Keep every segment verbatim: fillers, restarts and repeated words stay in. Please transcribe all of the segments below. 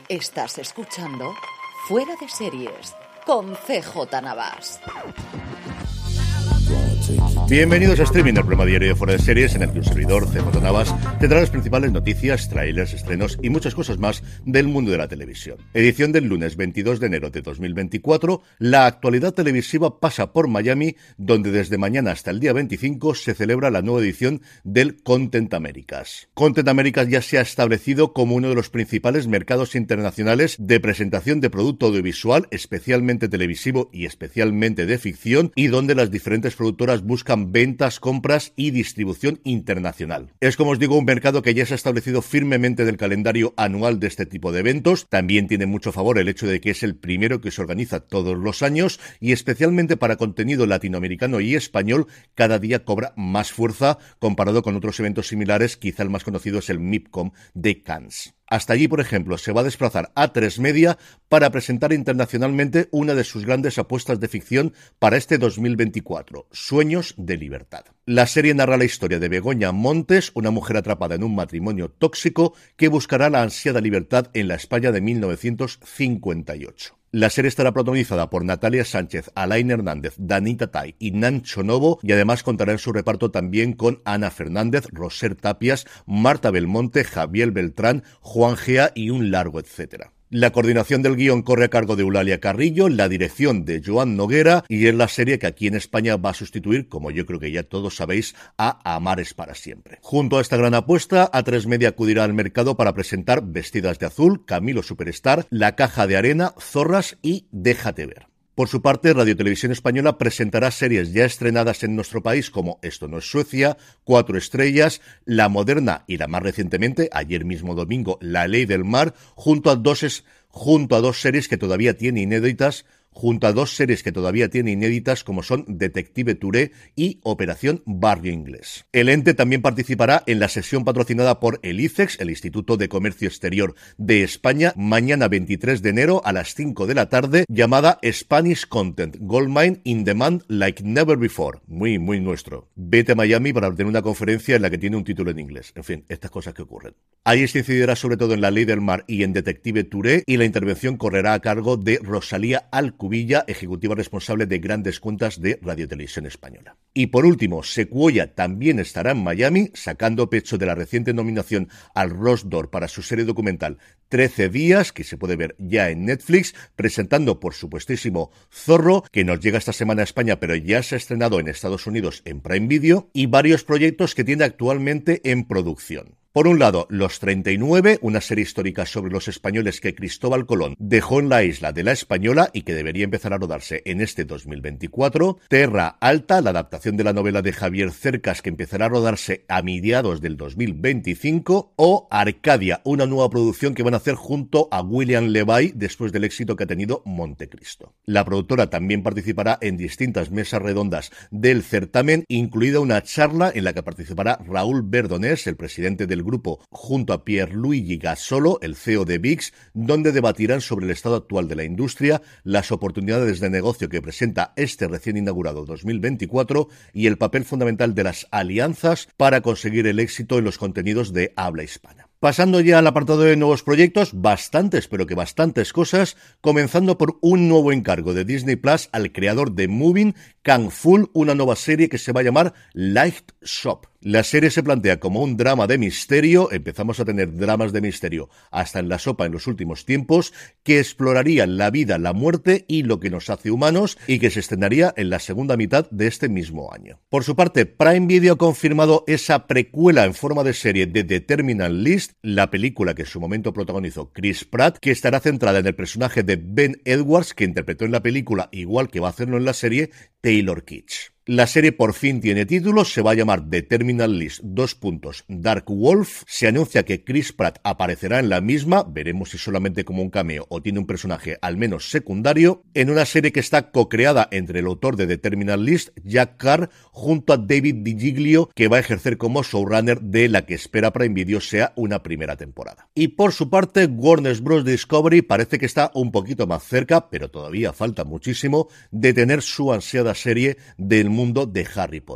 Estás escuchando Fuera de Series con C J Navas. Bienvenidos a Streaming, el programa diario de Fuera de Series, en el que un servidor, C J Navas, tendrá las principales noticias, trailers, estrenos y muchas cosas más del mundo de la televisión. Edición del lunes veintidós de enero de dos mil veinticuatro, la actualidad televisiva pasa por Miami, donde desde mañana hasta el día veinticinco se celebra la nueva edición del Content Americas. Content Americas ya se ha establecido como uno de los principales mercados internacionales de presentación de producto audiovisual, especialmente televisivo y especialmente de ficción, y donde las diferentes productoras buscan ventas, compras y distribución internacional. Es, como os digo, un mercado que ya se ha establecido firmemente del calendario anual de este tipo de eventos. También tiene mucho favor el hecho de que es el primero que se organiza todos los años y especialmente para contenido latinoamericano y español cada día cobra más fuerza comparado con otros eventos similares. Quizá el más conocido es el MIPCOM de Cannes. Hasta allí, por ejemplo, se va a desplazar A tres Media para presentar internacionalmente una de sus grandes apuestas de ficción para este dos mil veinticuatro, Sueños de Libertad. La serie narra la historia de Begoña Montes, una mujer atrapada en un matrimonio tóxico que buscará la ansiada libertad en la España de mil novecientos cincuenta y ocho. La serie estará protagonizada por Natalia Sánchez, Alain Hernández, Danita Tai y Nacho Novo, y además contará en su reparto también con Ana Fernández, Roser Tapias, Marta Belmonte, Javier Beltrán, Juan Gea y un largo etcétera. La coordinación del guión corre a cargo de Eulalia Carrillo, la dirección de Joan Noguera, y es la serie que aquí en España va a sustituir, como yo creo que ya todos sabéis, a Amares para siempre. Junto a esta gran apuesta, A tres Media acudirá al mercado para presentar Vestidas de Azul, Camilo Superstar, La Caja de Arena, Zorras y Déjate Ver. Por su parte, Radio Televisión Española presentará series ya estrenadas en nuestro país como Esto no es Suecia, Cuatro Estrellas, La Moderna y la más recientemente, ayer mismo domingo, La Ley del Mar, junto a dos, es, junto a dos series que todavía tiene inéditas, junto a dos series que todavía tiene inéditas como son Detective Touré y Operación Barrio Inglés. El ente también participará en la sesión patrocinada por el I C E X, el Instituto de Comercio Exterior de España, mañana veintitrés de enero a las cinco de la tarde, llamada Spanish Content Goldmine in Demand Like Never Before. Muy, muy nuestro. Vete a Miami para tener una conferencia en la que tiene un título en inglés. En fin, estas cosas que ocurren. Ahí se incidirá sobre todo en La Ley del Mar y en Detective Touré, y la intervención correrá a cargo de Rosalía Alcubilla, Cubilla, ejecutiva responsable de grandes cuentas de Radio Televisión Española. Y por último, Sequoia también estará en Miami, sacando pecho de la reciente nominación al Rose d'Or para su serie documental trece días, que se puede ver ya en Netflix, presentando por supuestísimo Zorro, que nos llega esta semana a España, pero ya se ha estrenado en Estados Unidos en Prime Video, y varios proyectos que tiene actualmente en producción. Por un lado, Los treinta y nueve, una serie histórica sobre los españoles que Cristóbal Colón dejó en la isla de la Española y que debería empezar a rodarse en este dos mil veinticuatro. Terra Alta, la adaptación de la novela de Javier Cercas que empezará a rodarse a mediados del dos mil veinticinco. O Arcadia, una nueva producción que van a hacer junto a William Levy después del éxito que ha tenido Montecristo. La productora también participará en distintas mesas redondas del certamen, incluida una charla en la que participará Raúl Verdonés, el presidente del grupo, junto a Pierluigi Gasolo, el C E O de V I X, donde debatirán sobre el estado actual de la industria, las oportunidades de negocio que presenta este recién inaugurado dos mil veinticuatro y el papel fundamental de las alianzas para conseguir el éxito en los contenidos de habla hispana. Pasando ya al apartado de nuevos proyectos, bastantes, pero que bastantes cosas, comenzando por un nuevo encargo de Disney Plus al creador de Moving, Kang Full, una nueva serie que se va a llamar Light Shop. La serie se plantea como un drama de misterio, empezamos a tener dramas de misterio hasta en la sopa en los últimos tiempos, que exploraría la vida, la muerte y lo que nos hace humanos, y que se estrenaría en la segunda mitad de este mismo año. Por su parte, Prime Video ha confirmado esa precuela en forma de serie de The Terminal List, la película que en su momento protagonizó Chris Pratt, que estará centrada en el personaje de Ben Edwards, que interpretó en la película, igual que va a hacerlo en la serie, Taylor Kitsch. La serie por fin tiene título, se va a llamar The Terminal List dos puntos Dark Wolf. Se anuncia que Chris Pratt aparecerá en la misma, veremos si solamente como un cameo o tiene un personaje al menos secundario, en una serie que está co-creada entre el autor de The Terminal List, Jack Carr, junto a David DiGiglio, que va a ejercer como showrunner de la que espera Prime Video sea una primera temporada. Y por su parte, Warner Bros. Discovery parece que está un poquito más cerca, pero todavía falta muchísimo, de tener su ansiada serie del mundo de Harry Potter.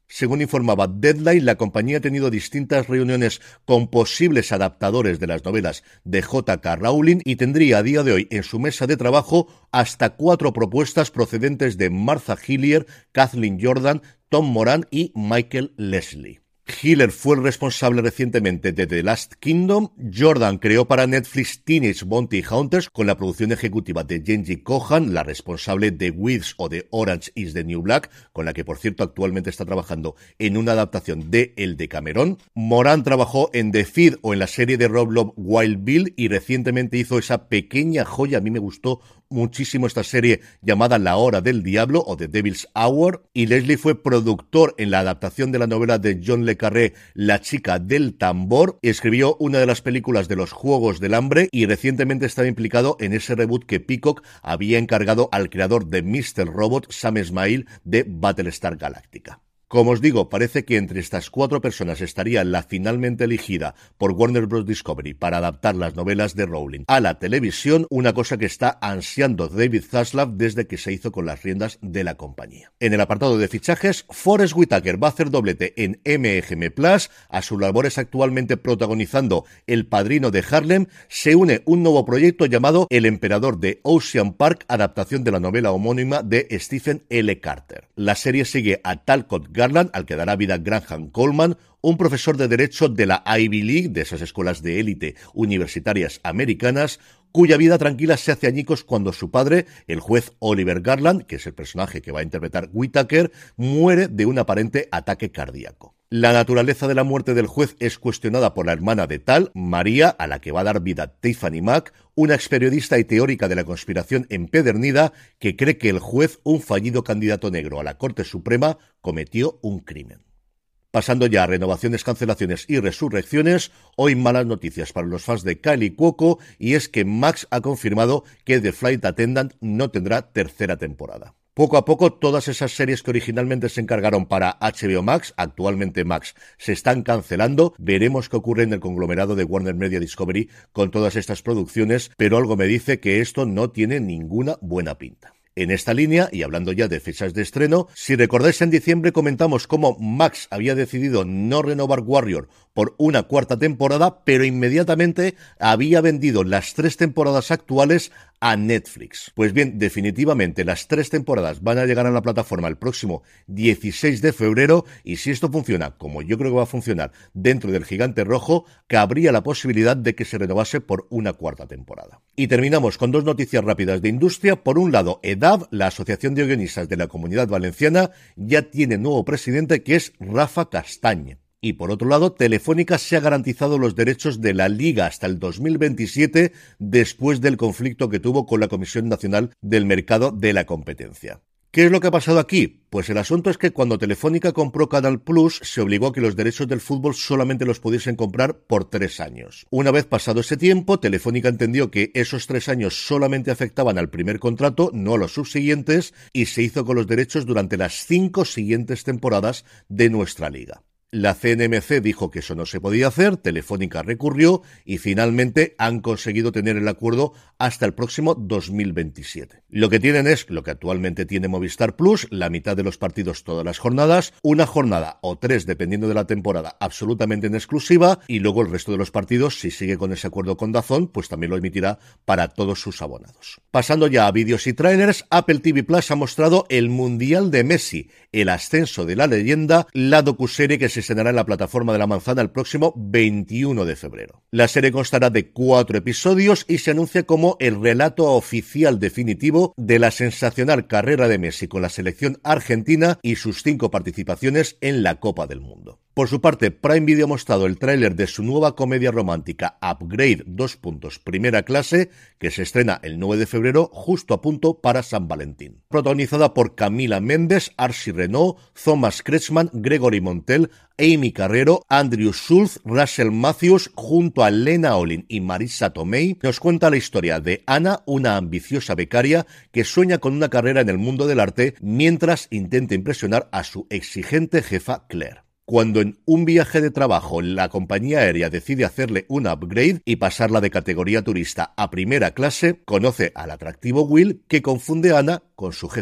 Según informaba Deadline, la compañía ha tenido distintas reuniones con posibles adaptadores de las novelas de J K Rowling y tendría a día de hoy en su mesa de trabajo hasta cuatro propuestas procedentes de Martha Hillier, Kathleen Jordan, Tom Moran y Michael Leslie. Hiller fue el responsable recientemente de The Last Kingdom. Jordan creó para Netflix Teenage Bounty Hunters con la producción ejecutiva de Jenji Kohan, la responsable de Weeds o de Orange is the New Black, con la que por cierto actualmente está trabajando en una adaptación de El Decameron. Moran trabajó en The Feed o en la serie de Rob Love Wild Bill y recientemente hizo esa pequeña joya, a mí me gustó muchísimo esta serie llamada La Hora del Diablo o The Devil's Hour, y Leslie fue productor en la adaptación de la novela de John le Carré La chica del tambor, escribió una de las películas de los Juegos del Hambre y recientemente estaba implicado en ese reboot que Peacock había encargado al creador de míster Robot, Sam Esmail, de Battlestar Galactica. Como os digo, parece que entre estas cuatro personas estaría la finalmente elegida por Warner Bros. Discovery para adaptar las novelas de Rowling a la televisión, una cosa que está ansiando David Zaslav desde que se hizo con las riendas de la compañía. En el apartado de fichajes, Forest Whitaker va a hacer doblete en M G M Plus, a sus labores actualmente protagonizando El Padrino de Harlem, se une un nuevo proyecto llamado El Emperador de Ocean Park, adaptación de la novela homónima de Stephen L. Carter. La serie sigue a Talcott Garland, al que dará vida Graham Coleman, un profesor de Derecho de la Ivy League, de esas escuelas de élite universitarias americanas, cuya vida tranquila se hace añicos cuando su padre, el juez Oliver Garland, que es el personaje que va a interpretar Whitaker, muere de un aparente ataque cardíaco. La naturaleza de la muerte del juez es cuestionada por la hermana de Tal, María, a la que va a dar vida Tiffany Mack, una experiodista y teórica de la conspiración empedernida que cree que el juez, un fallido candidato negro a la Corte Suprema, cometió un crimen. Pasando ya a renovaciones, cancelaciones y resurrecciones, hoy malas noticias para los fans de Kylie Cuoco, y es que Max ha confirmado que The Flight Attendant no tendrá tercera temporada. Poco a poco, todas esas series que originalmente se encargaron para H B O Max, actualmente Max, se están cancelando. Veremos qué ocurre en el conglomerado de Warner Media Discovery con todas estas producciones, pero algo me dice que esto no tiene ninguna buena pinta. En esta línea, y hablando ya de fechas de estreno, si recordáis en diciembre comentamos cómo Max había decidido no renovar Warrior por una cuarta temporada, pero inmediatamente había vendido las tres temporadas actuales a Netflix. Pues bien, definitivamente las tres temporadas van a llegar a la plataforma el próximo dieciséis de febrero, y si esto funciona, como yo creo que va a funcionar dentro del Gigante Rojo, cabría la posibilidad de que se renovase por una cuarta temporada. Y terminamos con dos noticias rápidas de industria. Por un lado, EDAV, la Asociación de Guionistas de la Comunidad Valenciana, ya tiene nuevo presidente, que es Rafa Castañ. Y por otro lado, Telefónica se ha garantizado los derechos de la Liga hasta el dos mil veintisiete, después del conflicto que tuvo con la Comisión Nacional del Mercado de la Competencia. ¿Qué es lo que ha pasado aquí? Pues el asunto es que cuando Telefónica compró Canal Plus, se obligó a que los derechos del fútbol solamente los pudiesen comprar por tres años. Una vez pasado ese tiempo, Telefónica entendió que esos tres años solamente afectaban al primer contrato, no a los subsiguientes, y se hizo con los derechos durante las cinco siguientes temporadas de nuestra liga. La C N M C dijo que eso no se podía hacer, Telefónica recurrió y finalmente han conseguido tener el acuerdo hasta el próximo dos mil veintisiete. Lo que tienen es lo que actualmente tiene Movistar Plus, la mitad de los partidos todas las jornadas, una jornada o tres dependiendo de la temporada absolutamente en exclusiva, y luego el resto de los partidos, si sigue con ese acuerdo con D A Z N, pues también lo emitirá para todos sus abonados. Pasando ya a vídeos y trailers, Apple T V Plus ha mostrado el Mundial de Messi, el ascenso de la leyenda, la docuserie que se estrenará en la plataforma de la Manzana el próximo veintiuno de febrero. La serie constará de cuatro episodios y se anuncia como el relato oficial definitivo de la sensacional carrera de Messi con la selección argentina y sus cinco participaciones en la Copa del Mundo. Por su parte, Prime Video ha mostrado el tráiler de su nueva comedia romántica Upgrade dos puntos Primera Clase, que se estrena el nueve de febrero, justo a punto para San Valentín. Protagonizada por Camila Mendes, Archie Renault, Thomas Kretschmann, Gregory Montel, Amy Carrero, Andrew Schultz, Russell Matthews, junto a Lena Olin y Marisa Tomei, nos cuenta la historia de Ana, una ambiciosa becaria que sueña con una carrera en el mundo del arte mientras intenta impresionar a su exigente jefa Claire. Cuando en un viaje de trabajo la compañía aérea decide hacerle un upgrade y pasarla de categoría turista a primera clase, conoce al atractivo Will, que confunde a Ana con su jefa.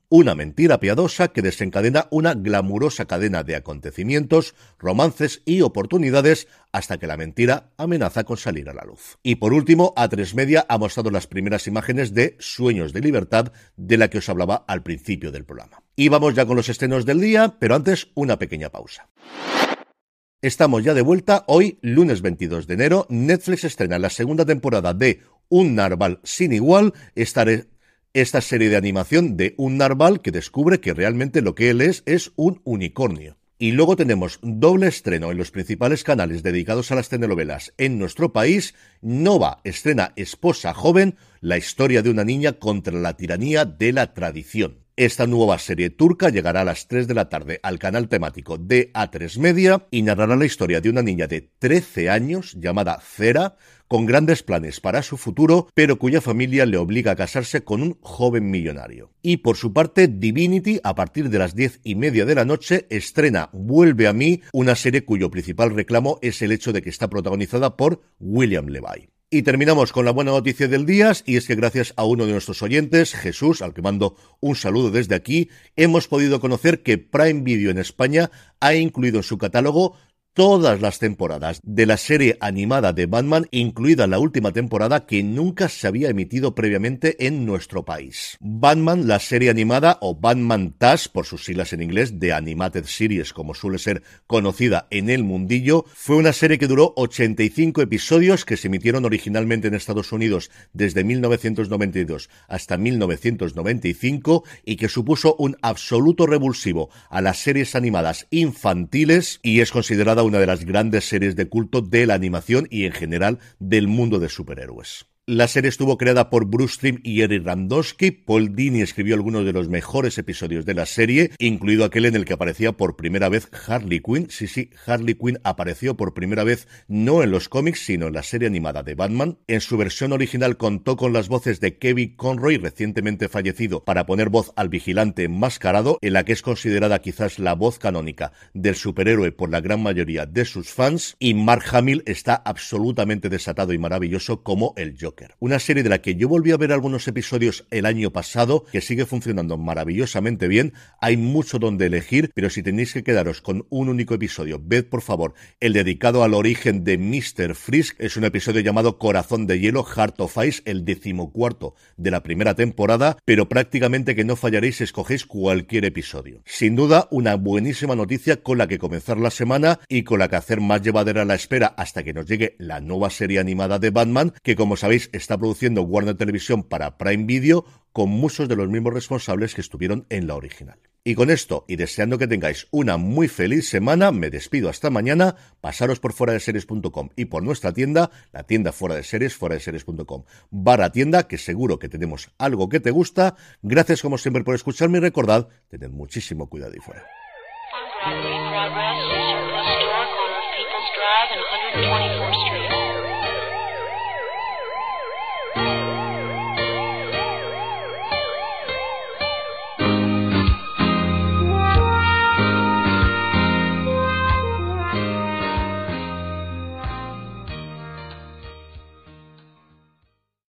una mentira piadosa que desencadena una glamurosa cadena de acontecimientos, romances y oportunidades hasta que la mentira amenaza con salir a la luz. Y por último, A tres Media ha mostrado las primeras imágenes de Sueños de Libertad, de la que os hablaba al principio del programa. Y vamos ya con los estrenos del día, pero antes una pequeña pausa. Estamos ya de vuelta. Hoy, lunes veintidós de enero, Netflix estrena la segunda temporada de Un Narval sin igual, esta, esta serie de animación de un narval que descubre que realmente lo que él es es un unicornio. Y luego tenemos doble estreno en los principales canales dedicados a las telenovelas en nuestro país. Nova estrena Esposa Joven, la historia de una niña contra la tiranía de la tradición. Esta nueva serie turca llegará a las tres de la tarde al canal temático de A tres Media y narrará la historia de una niña de trece años llamada Cera, con grandes planes para su futuro, pero cuya familia le obliga a casarse con un joven millonario. Y por su parte, Divinity, a partir de las diez y media de la noche, estrena Vuelve a mí, una serie cuyo principal reclamo es el hecho de que está protagonizada por William Levy. Y terminamos con la buena noticia del día, y es que gracias a uno de nuestros oyentes, Jesús, al que mando un saludo desde aquí, hemos podido conocer que Prime Video en España ha incluido en su catálogo todas las temporadas de la serie animada de Batman, incluida la última temporada que nunca se había emitido previamente en nuestro país. Batman, la serie animada, o Batman T A S, por sus siglas en inglés, de Animated Series, como suele ser conocida en el mundillo, fue una serie que duró ochenta y cinco episodios, que se emitieron originalmente en Estados Unidos desde mil novecientos noventa y dos hasta mil novecientos noventa y cinco, y que supuso un absoluto revulsivo a las series animadas infantiles, y es considerada una de las grandes series de culto de la animación y en general del mundo de superhéroes. La serie estuvo creada por Bruce Timm y Eric Ramdowski. Paul Dini escribió algunos de los mejores episodios de la serie, incluido aquel en el que aparecía por primera vez Harley Quinn. Sí, sí, Harley Quinn apareció por primera vez no en los cómics, sino en la serie animada de Batman. En su versión original contó con las voces de Kevin Conroy, recientemente fallecido, para poner voz al vigilante enmascarado, en la que es considerada quizás la voz canónica del superhéroe por la gran mayoría de sus fans. Y Mark Hamill está absolutamente desatado y maravilloso como el Joker. Una serie de la que yo volví a ver algunos episodios el año pasado, que sigue funcionando maravillosamente bien. Hay mucho donde elegir, pero si tenéis que quedaros con un único episodio, ved por favor el dedicado al origen de míster Frisk. Es un episodio llamado Corazón de Hielo, Heart of Ice, el decimocuarto de la primera temporada, pero prácticamente que no fallaréis si escogéis cualquier episodio. Sin duda, una buenísima noticia con la que comenzar la semana y con la que hacer más llevadera la espera hasta que nos llegue la nueva serie animada de Batman, que como sabéis está produciendo Warner Televisión para Prime Video, con muchos de los mismos responsables que estuvieron en la original. Y con esto, y deseando que tengáis una muy feliz semana, me despido hasta mañana. Pasaros por fuera de series punto com y por nuestra tienda, la tienda fuera de series, fuera de series punto com barra tienda, que seguro que tenemos algo que te gusta. Gracias como siempre por escucharme y recordad, tened muchísimo cuidado y fuera. On Broadway, Progress, Circus, Store Corner, People's Drive, and one twenty-fourth Street.